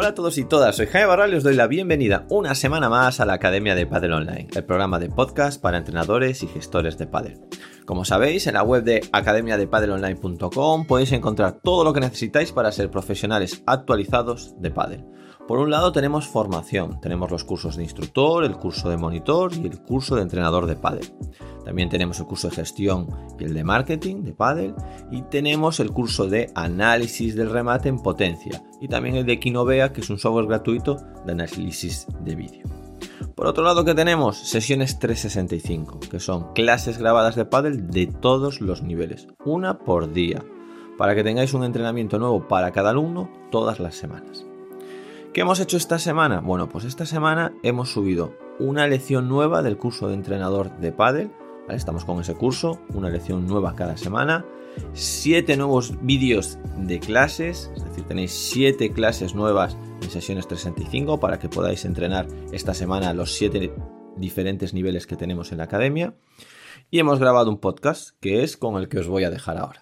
Hola a todos y todas, soy Jaime Barral y os doy la bienvenida una semana más a la Academia de Pádel Online, el programa de podcast para entrenadores y gestores de pádel. Como sabéis, en la web de academiadepadelonline.com podéis encontrar todo lo que necesitáis para ser profesionales actualizados de pádel. Por un lado tenemos formación, tenemos los cursos de instructor, el curso de monitor y el curso de entrenador de pádel. También tenemos el curso de gestión y el de marketing de pádel y tenemos el curso de análisis del remate en potencia y también el de Kinovea, que es un software gratuito de análisis de vídeo. Por otro lado, ¿qué tenemos? Sesiones 365, que son clases grabadas de pádel de todos los niveles, una por día, para que tengáis un entrenamiento nuevo para cada alumno todas las semanas. ¿Qué hemos hecho esta semana? Bueno, pues esta semana hemos subido una lección nueva del curso de entrenador de pádel. ¿Vale? Estamos con ese curso, una lección nueva cada semana, 7 nuevos vídeos de clases, es decir, tenéis 7 clases nuevas en sesiones 365 para que podáis entrenar esta semana los 7 diferentes niveles que tenemos en la academia. Y hemos grabado un podcast que es con el que os voy a dejar ahora.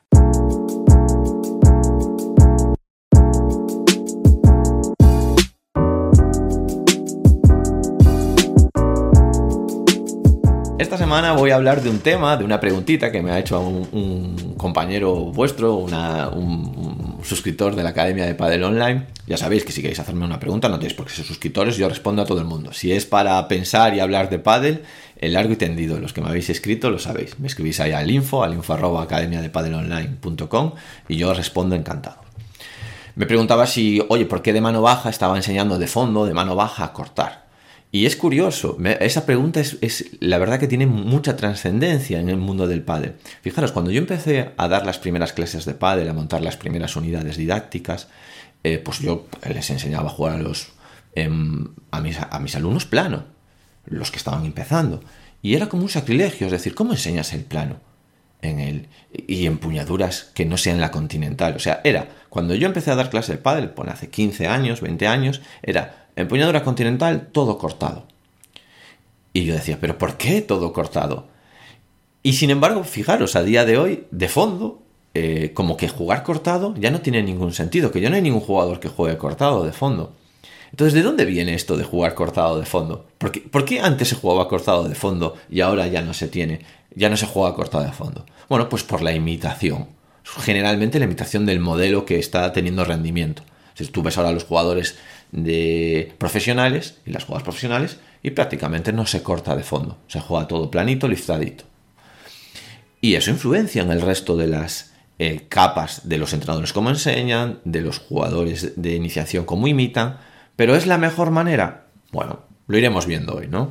Esta semana voy a hablar de un tema, de una preguntita que me ha hecho un compañero vuestro, un suscriptor de la Academia de Pádel Online. Ya sabéis que si queréis hacerme una pregunta no tenéis por qué ser suscriptores, yo respondo a todo el mundo. Si es para pensar y hablar de pádel, largo y tendido, los que me habéis escrito lo sabéis. Me escribís ahí al info@academiadepadelonline.com y yo respondo encantado. Me preguntaba si, oye, ¿por qué de mano baja estaba enseñando de fondo, de mano baja a cortar? Y es curioso, esa pregunta es la verdad que tiene mucha trascendencia en el mundo del pádel. Fijaros, cuando yo empecé a dar las primeras clases de pádel, a montar las primeras unidades didácticas, pues yo les enseñaba a jugar a mis alumnos plano, los que estaban empezando. Y era como un sacrilegio, es decir, ¿cómo enseñas el plano? Y empuñaduras que no sean la continental. O sea, cuando yo empecé a dar clases de pádel, hace 15 años, 20 años, era empuñadura continental, todo cortado. Y yo decía, ¿pero por qué todo cortado? Y sin embargo, fijaros, a día de hoy, de fondo, como que jugar cortado ya no tiene ningún sentido, que yo no hay ningún jugador que juegue cortado de fondo. Entonces, ¿de dónde viene esto de jugar cortado de fondo? ¿Por qué antes se jugaba cortado de fondo y ahora ya no se juega cortado de fondo? Bueno, pues por la imitación. Generalmente la imitación del modelo que está teniendo rendimiento. Si tú ves ahora a los jugadores profesionales y las jugadoras profesionales y prácticamente no se corta de fondo, se juega todo planito, liftadito. Y eso influencia en el resto de las capas de los entrenadores cómo enseñan, de los jugadores de iniciación cómo imitan, pero ¿es la mejor manera? Bueno, lo iremos viendo hoy, ¿no?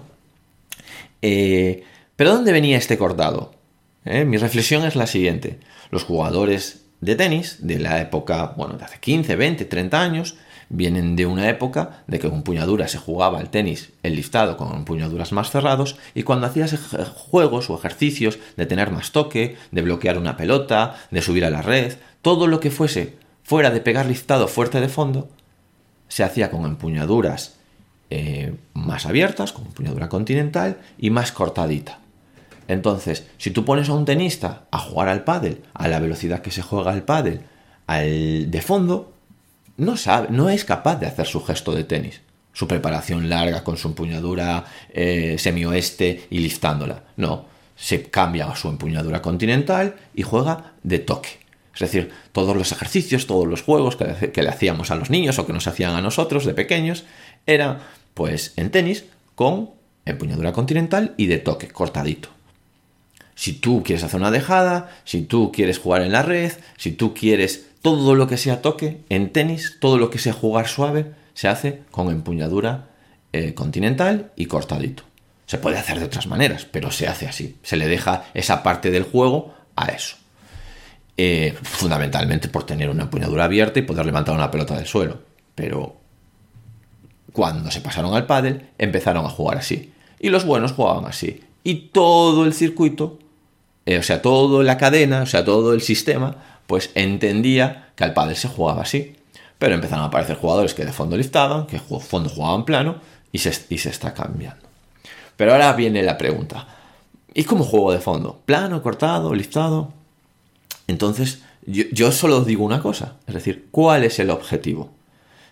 ¿Pero dónde venía este cortado? Mi reflexión es la siguiente. Los jugadores de tenis de la época, de hace 15, 20, 30 años, vienen de una época de que con empuñadura se jugaba el tenis, el liftado con empuñaduras más cerrados, y cuando hacías juegos o ejercicios de tener más toque, de bloquear una pelota, de subir a la red, todo lo que fuese fuera de pegar liftado fuerte de fondo, se hacía con empuñaduras más abiertas, con empuñadura continental y más cortadita. Entonces, si tú pones a un tenista a jugar al pádel, a la velocidad que se juega el pádel, al de fondo, no es capaz de hacer su gesto de tenis, su preparación larga con su empuñadura semi-oeste y liftándola. No, se cambia a su empuñadura continental y juega de toque. Es decir, todos los ejercicios, todos los juegos que le hacíamos a los niños o que nos hacían a nosotros de pequeños, era pues en tenis con empuñadura continental y de toque, cortadito. Si tú quieres hacer una dejada, si tú quieres jugar en la red, si tú quieres todo lo que sea toque, en tenis, todo lo que sea jugar suave, se hace con empuñadura continental y cortadito. Se puede hacer de otras maneras, pero se hace así. Se le deja esa parte del juego a eso. Fundamentalmente por tener una empuñadura abierta y poder levantar una pelota del suelo. Pero cuando se pasaron al pádel, empezaron a jugar así. Y los buenos jugaban así. Y todo el circuito, toda la cadena, todo el sistema, pues entendía que al pádel se jugaba así. Pero empezaron a aparecer jugadores que de fondo liftaban, que de fondo jugaban plano, y se está cambiando. Pero ahora viene la pregunta. ¿Y cómo juego de fondo? ¿Plano, cortado, liftado? Entonces, yo solo digo una cosa. Es decir, ¿cuál es el objetivo?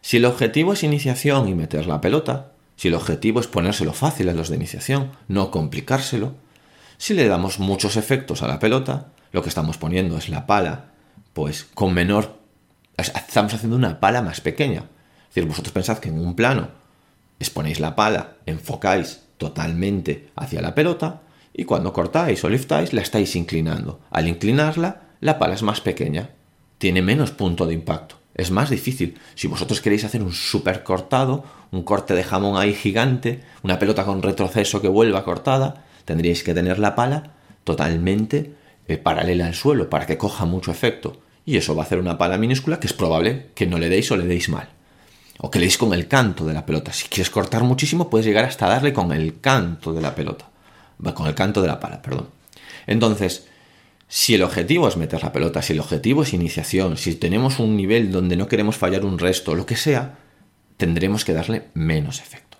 Si el objetivo es iniciación y meter la pelota, si el objetivo es ponérselo fácil a los de iniciación, no complicárselo, si le damos muchos efectos a la pelota, lo que estamos poniendo es la pala, pues con menor... Estamos haciendo una pala más pequeña. Es decir, vosotros pensad que en un plano exponéis la pala, enfocáis totalmente hacia la pelota y cuando cortáis o liftáis la estáis inclinando. Al inclinarla, la pala es más pequeña, tiene menos punto de impacto. Es más difícil. Si vosotros queréis hacer un súper cortado, un corte de jamón ahí gigante, una pelota con retroceso que vuelva cortada, tendríais que tener la pala totalmente paralela al suelo para que coja mucho efecto. Y eso va a hacer una pala minúscula que es probable que no le deis o le deis mal. O que le deis con el canto de la pelota. Si quieres cortar muchísimo, puedes llegar hasta darle con el canto de la pelota. Con el canto de la pala, perdón. Entonces, si el objetivo es meter la pelota, si el objetivo es iniciación, si tenemos un nivel donde no queremos fallar un resto, lo que sea, tendremos que darle menos efecto.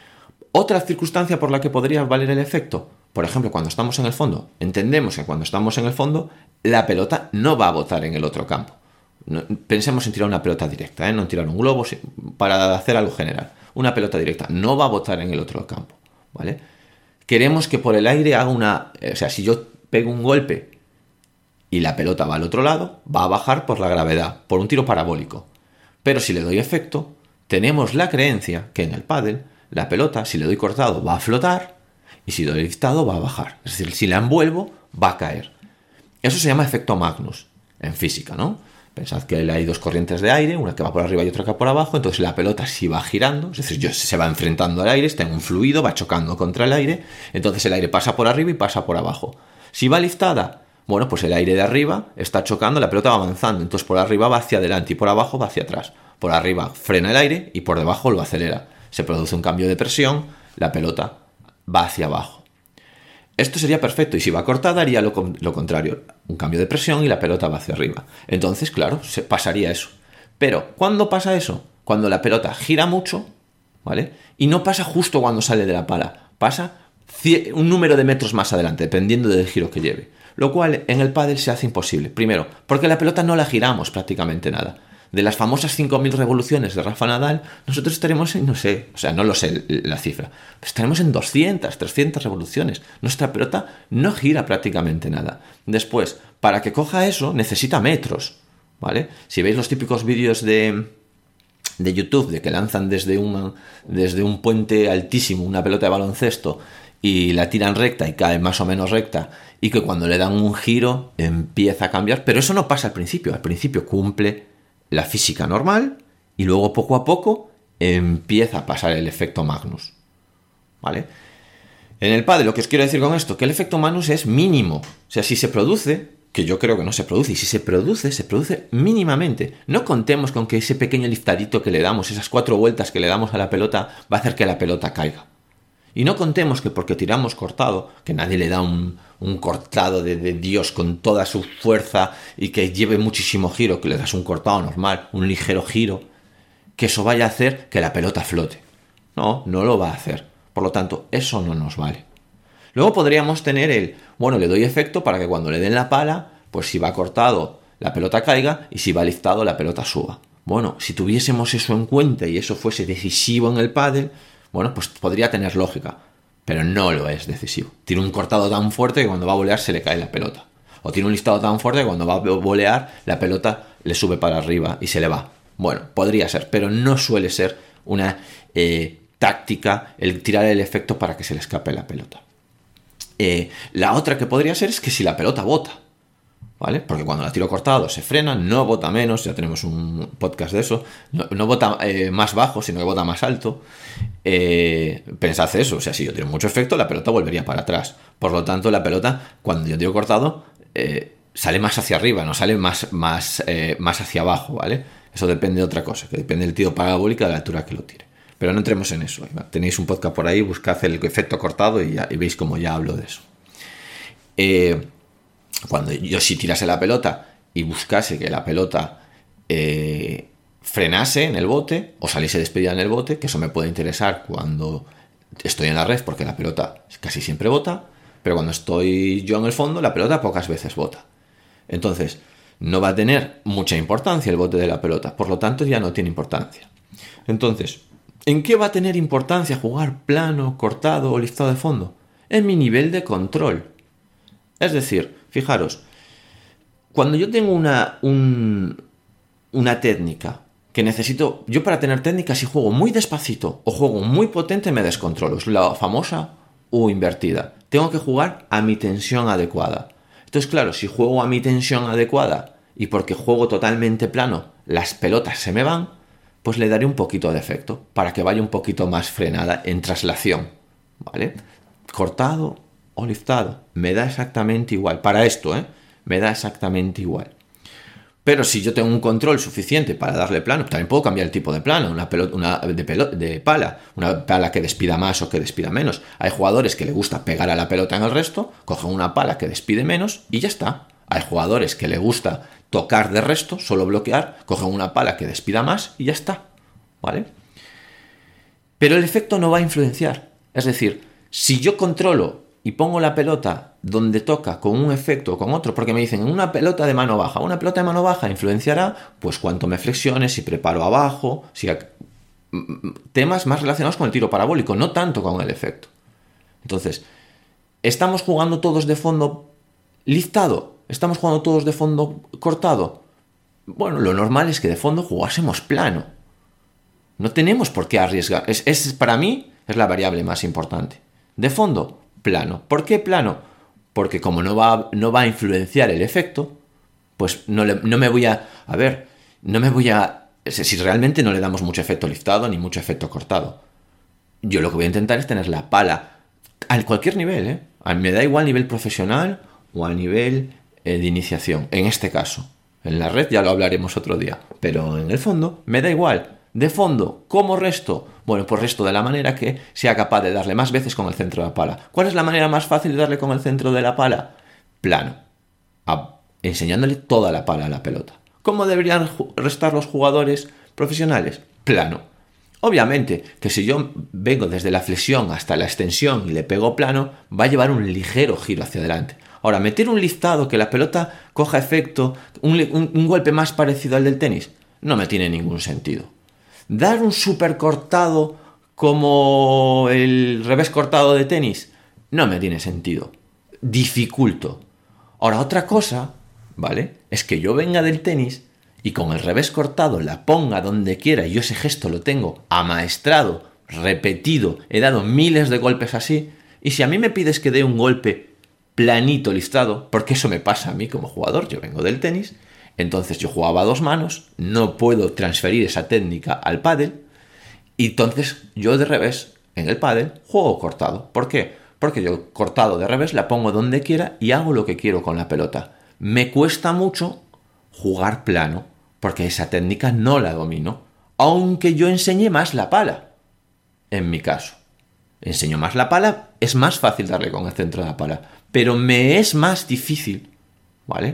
Otra circunstancia por la que podría valer el efecto, por ejemplo, cuando estamos en el fondo. Entendemos que cuando estamos en el fondo, la pelota no va a botar en el otro campo. No, pensemos en tirar una pelota directa, no en tirar un globo, para hacer algo general. Una pelota directa no va a botar en el otro campo, ¿vale? Queremos que por el aire haga una... O sea, si yo pego un golpe y la pelota va al otro lado, va a bajar por la gravedad, por un tiro parabólico. Pero si le doy efecto, tenemos la creencia que en el pádel, la pelota, si le doy cortado, va a flotar y si doy liftado, va a bajar. Es decir, si la envuelvo, va a caer. Eso se llama efecto Magnus en física, ¿no? Pensad que hay dos corrientes de aire, una que va por arriba y otra que va por abajo, entonces la pelota sí va girando, es decir, se va enfrentando al aire, está en un fluido, va chocando contra el aire, entonces el aire pasa por arriba y pasa por abajo. Si va liftada, bueno, pues el aire de arriba está chocando, la pelota va avanzando, entonces por arriba va hacia adelante y por abajo va hacia atrás. Por arriba frena el aire y por debajo lo acelera. Se produce un cambio de presión, la pelota va hacia abajo. Esto sería perfecto y si va cortada haría lo contrario, un cambio de presión y la pelota va hacia arriba. Entonces, claro, pasaría eso. Pero, ¿cuándo pasa eso? Cuando la pelota gira mucho, ¿vale? Y no pasa justo cuando sale de la pala, pasa un número de metros más adelante, dependiendo del giro que lleve. Lo cual en el pádel se hace imposible. Primero, porque la pelota no la giramos prácticamente nada. De las famosas 5.000 revoluciones de Rafa Nadal, nosotros estaremos en, no sé, o sea, no lo sé la cifra, estaremos en 200, 300 revoluciones. Nuestra pelota no gira prácticamente nada. Después, para que coja eso, necesita metros, ¿vale? Si veis los típicos vídeos de YouTube de que lanzan desde un puente altísimo una pelota de baloncesto y la tiran recta y cae más o menos recta y que cuando le dan un giro empieza a cambiar, pero eso no pasa al principio cumple la física normal y luego poco a poco empieza a pasar el efecto Magnus, ¿vale? En el pádel, lo que os quiero decir con esto, que el efecto Magnus es mínimo. O sea, si se produce, que yo creo que no se produce, y si se produce mínimamente. No contemos con que ese pequeño liftadito que le damos, esas 4 vueltas que le damos a la pelota, va a hacer que la pelota caiga. Y no contemos que porque tiramos cortado, que nadie le da un cortado de Dios con toda su fuerza y que lleve muchísimo giro, que le das un cortado normal, un ligero giro, que eso vaya a hacer que la pelota flote. No lo va a hacer. Por lo tanto, eso no nos vale. Luego podríamos tener le doy efecto para que cuando le den la pala, pues si va cortado, la pelota caiga y si va liftado, la pelota suba. Bueno, si tuviésemos eso en cuenta y eso fuese decisivo en el pádel, bueno, pues podría tener lógica, pero no lo es decisivo. Tiene un cortado tan fuerte que cuando va a volear se le cae la pelota. O tiene un listado tan fuerte que cuando va a volear la pelota le sube para arriba y se le va. Bueno, podría ser, pero no suele ser una táctica el tirar el efecto para que se le escape la pelota. La otra que podría ser es que si la pelota bota, ¿vale? Porque cuando la tiro cortado se frena, no bota menos, ya tenemos un podcast de eso, no bota más bajo, sino que bota más alto. Pensad eso, o sea, si yo tiro mucho efecto, la pelota volvería para atrás. Por lo tanto, la pelota, cuando yo tiro cortado, sale más hacia arriba, no sale más hacia abajo, ¿vale? Eso depende de otra cosa, que depende del tiro parabólico de la altura que lo tire. Pero no entremos en eso. Tenéis un podcast por ahí, buscad el efecto cortado y veis cómo ya hablo de eso. Cuando yo si tirase la pelota y buscase que la pelota frenase en el bote o saliese despedida en el bote, que eso me puede interesar cuando estoy en la red porque la pelota casi siempre bota, pero cuando estoy yo en el fondo la pelota pocas veces bota. Entonces no va a tener mucha importancia el bote de la pelota, por lo tanto ya no tiene importancia. Entonces, ¿en qué va a tener importancia jugar plano, cortado o liftado de fondo? En mi nivel de control. Es decir, fijaros, cuando yo tengo una técnica que necesito, yo para tener técnica, si juego muy despacito o juego muy potente, me descontrolo. Es la famosa U invertida. Tengo que jugar a mi tensión adecuada. Entonces, claro, si juego a mi tensión adecuada y porque juego totalmente plano, las pelotas se me van, pues le daré un poquito de efecto para que vaya un poquito más frenada en traslación, ¿vale? Cortado o liftado, me da exactamente igual. Para esto, me da exactamente igual. Pero si yo tengo un control suficiente para darle plano, también puedo cambiar el tipo de plano, de pala, una pala que despida más o que despida menos. Hay jugadores que les gusta pegar a la pelota en el resto, cogen una pala que despide menos y ya está. Hay jugadores que les gusta tocar de resto, solo bloquear, cogen una pala que despida más y ya está, ¿vale? Pero el efecto no va a influenciar. Es decir, si yo controlo y pongo la pelota donde toca con un efecto o con otro, porque me dicen una pelota de mano baja influenciará pues cuánto me flexione, si preparo abajo, si temas más relacionados con el tiro parabólico, no tanto con el efecto. Entonces, ¿estamos jugando todos de fondo liftado? ¿Estamos jugando todos de fondo cortado? Bueno, lo normal es que de fondo jugásemos plano. No tenemos por qué arriesgar. Para mí es la variable más importante. De fondo, plano. ¿Por qué plano? Porque como no va a influenciar el efecto, pues no me voy a... A ver, no me voy a... Si realmente no le damos mucho efecto liftado ni mucho efecto cortado. Yo lo que voy a intentar es tener la pala a cualquier nivel, Me da igual nivel profesional o a nivel de iniciación. En este caso. En la red ya lo hablaremos otro día. Pero en el fondo me da igual. De fondo, ¿cómo resto? Bueno, pues resto de la manera que sea capaz de darle más veces con el centro de la pala. ¿Cuál es la manera más fácil de darle con el centro de la pala? Plano. Enseñándole toda la pala a la pelota. ¿Cómo deberían restar los jugadores profesionales? Plano. Obviamente que si yo vengo desde la flexión hasta la extensión y le pego plano, va a llevar un ligero giro hacia adelante. Ahora, meter un liftado, que la pelota coja efecto, un golpe más parecido al del tenis, no me tiene ningún sentido. Dar un super cortado como el revés cortado de tenis, no me tiene sentido. Dificulto. Ahora, otra cosa, ¿vale? Es que yo venga del tenis y con el revés cortado la ponga donde quiera y yo ese gesto lo tengo amaestrado, repetido, he dado miles de golpes así, y si a mí me pides que dé un golpe planito listrado, porque eso me pasa a mí como jugador, yo vengo del tenis, entonces yo jugaba a dos manos, no puedo transferir esa técnica al pádel, y entonces yo de revés, en el pádel, juego cortado. ¿Por qué? Porque yo cortado de revés la pongo donde quiera y hago lo que quiero con la pelota. Me cuesta mucho jugar plano, porque esa técnica no la domino, aunque yo enseñe más la pala, en mi caso. Enseño más la pala, es más fácil darle con el centro de la pala, pero me es más difícil, ¿vale?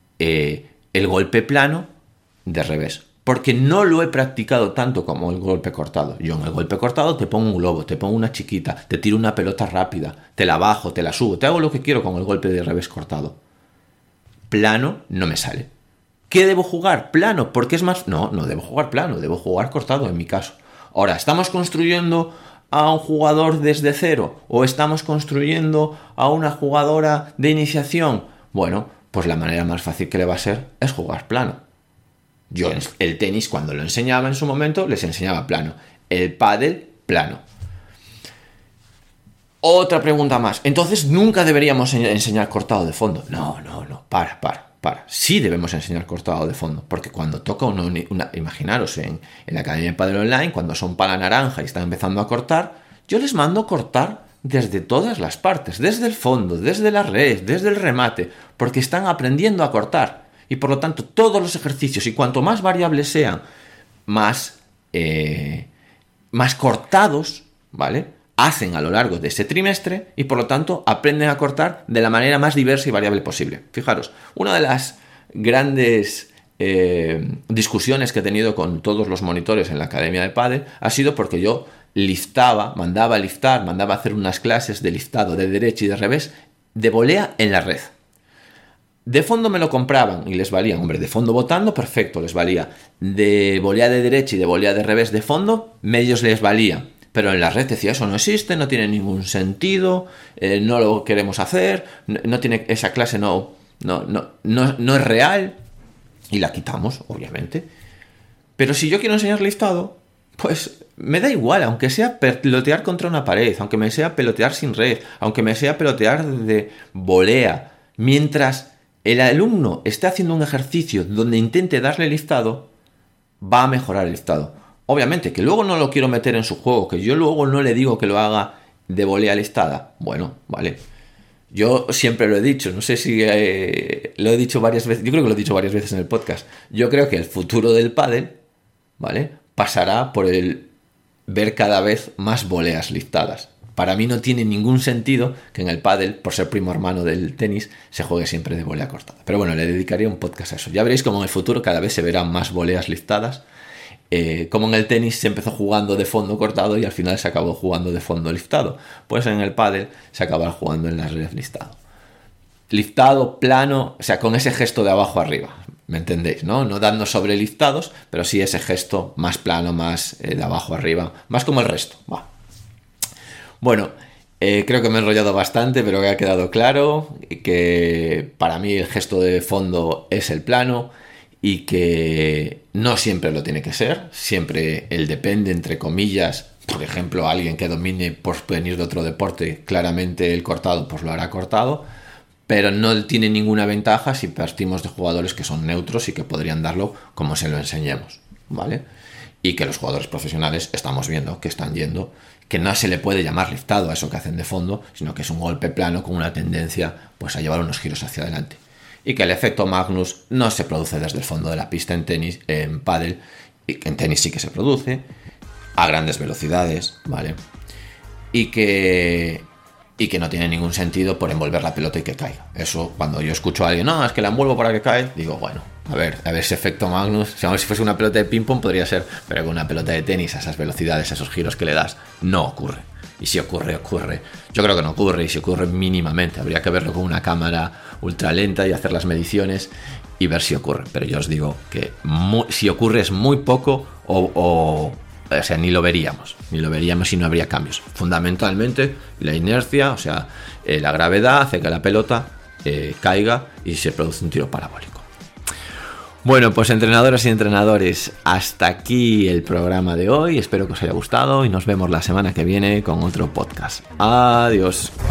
El golpe plano de revés, porque no lo he practicado tanto como el golpe cortado. Yo en el golpe cortado te pongo un globo, te pongo una chiquita, te tiro una pelota rápida, te la bajo, te la subo, te hago lo que quiero con el golpe de revés cortado. Plano no me sale. ¿Qué debo jugar? Plano, porque es más... No debo jugar plano, debo jugar cortado en mi caso. Ahora, ¿estamos construyendo a un jugador desde cero o estamos construyendo a una jugadora de iniciación? Bueno, pues la manera más fácil que le va a ser es jugar plano. Yo el tenis, cuando lo enseñaba en su momento, les enseñaba plano. El pádel, plano. Otra pregunta más. Entonces, ¿nunca deberíamos enseñar cortado de fondo? No. Para. Sí debemos enseñar cortado de fondo, porque cuando toca imaginaros en la Academia de Pádel Online, cuando son pala naranja y están empezando a cortar, yo les mando cortar desde todas las partes, desde el fondo, desde la red, desde el remate, porque están aprendiendo a cortar. Y por lo tanto, todos los ejercicios, y cuanto más variables sean, más cortados, ¿vale?, hacen a lo largo de ese trimestre y por lo tanto aprenden a cortar de la manera más diversa y variable posible. Fijaros, una de las grandes discusiones que he tenido con todos los monitores en la Academia de Pádel ha sido porque yo mandaba a hacer unas clases de liftado de derecha y de revés de volea en la red. De fondo me lo compraban y les valía, hombre, de fondo botando, perfecto, les valía. De volea de derecha y de volea de revés de fondo, medios les valía. Pero en la red decía, eso no existe, no tiene ningún sentido, no lo queremos hacer, no tiene esa clase, no es real. Y la quitamos, obviamente. Pero si yo quiero enseñar listado, pues me da igual, aunque sea pelotear contra una pared, aunque me sea pelotear sin red, aunque me sea pelotear de volea, mientras el alumno esté haciendo un ejercicio donde intente darle listado, va a mejorar el listado. Obviamente, que luego no lo quiero meter en su juego, que yo luego no le digo que lo haga de volea listada. Bueno, vale. Yo siempre lo he dicho, no sé si lo he dicho varias veces, yo creo que lo he dicho varias veces en el podcast. Yo creo que el futuro del pádel, ¿vale?, pasará por el ver cada vez más voleas listadas. Para mí no tiene ningún sentido que en el pádel, por ser primo hermano del tenis, se juegue siempre de volea cortada. Pero bueno, le dedicaría un podcast a eso. Ya veréis cómo en el futuro cada vez se verán más voleas listadas. Como en el tenis se empezó jugando de fondo cortado y al final se acabó jugando de fondo liftado. Pues en el pádel se acaba jugando en la red listado. Liftado, plano, o sea, con ese gesto de abajo arriba. ¿Me entendéis? No dando sobre liftados, pero sí ese gesto más plano, más de abajo arriba, más como el resto. Va. Bueno, creo que me he enrollado bastante, pero que ha quedado claro que para mí el gesto de fondo es el plano y que no siempre lo tiene que ser, siempre el depende, entre comillas. Por ejemplo, alguien que domine por venir de otro deporte, claramente el cortado pues lo hará cortado, pero no tiene ninguna ventaja si partimos de jugadores que son neutros y que podrían darlo como se lo enseñemos, ¿vale? Y que los jugadores profesionales estamos viendo que están yendo, que no se le puede llamar liftado a eso que hacen de fondo, sino que es un golpe plano con una tendencia pues a llevar unos giros hacia adelante. Y que el efecto Magnus no se produce desde el fondo de la pista en tenis, en pádel, y que en tenis sí que se produce a grandes velocidades, ¿vale? Y que no tiene ningún sentido por envolver la pelota y que caiga. Eso, cuando yo escucho a alguien, no, es que la envuelvo para que cae, digo, bueno, a ver ese efecto Magnus, si fuese una pelota de ping-pong podría ser, pero con una pelota de tenis, a esas velocidades, a esos giros que le das, no ocurre. Y si ocurre. Yo creo que no ocurre, y si ocurre mínimamente, habría que verlo con una cámara ultra lenta y hacer las mediciones y ver si ocurre. Pero yo os digo que si ocurre es muy poco o sea, ni lo veríamos y no habría cambios. Fundamentalmente la inercia, o sea, la gravedad hace que la pelota caiga y se produce un tiro parabólico. Bueno, pues entrenadoras y entrenadores, hasta aquí el programa de hoy. Espero que os haya gustado y nos vemos la semana que viene con otro podcast. Adiós.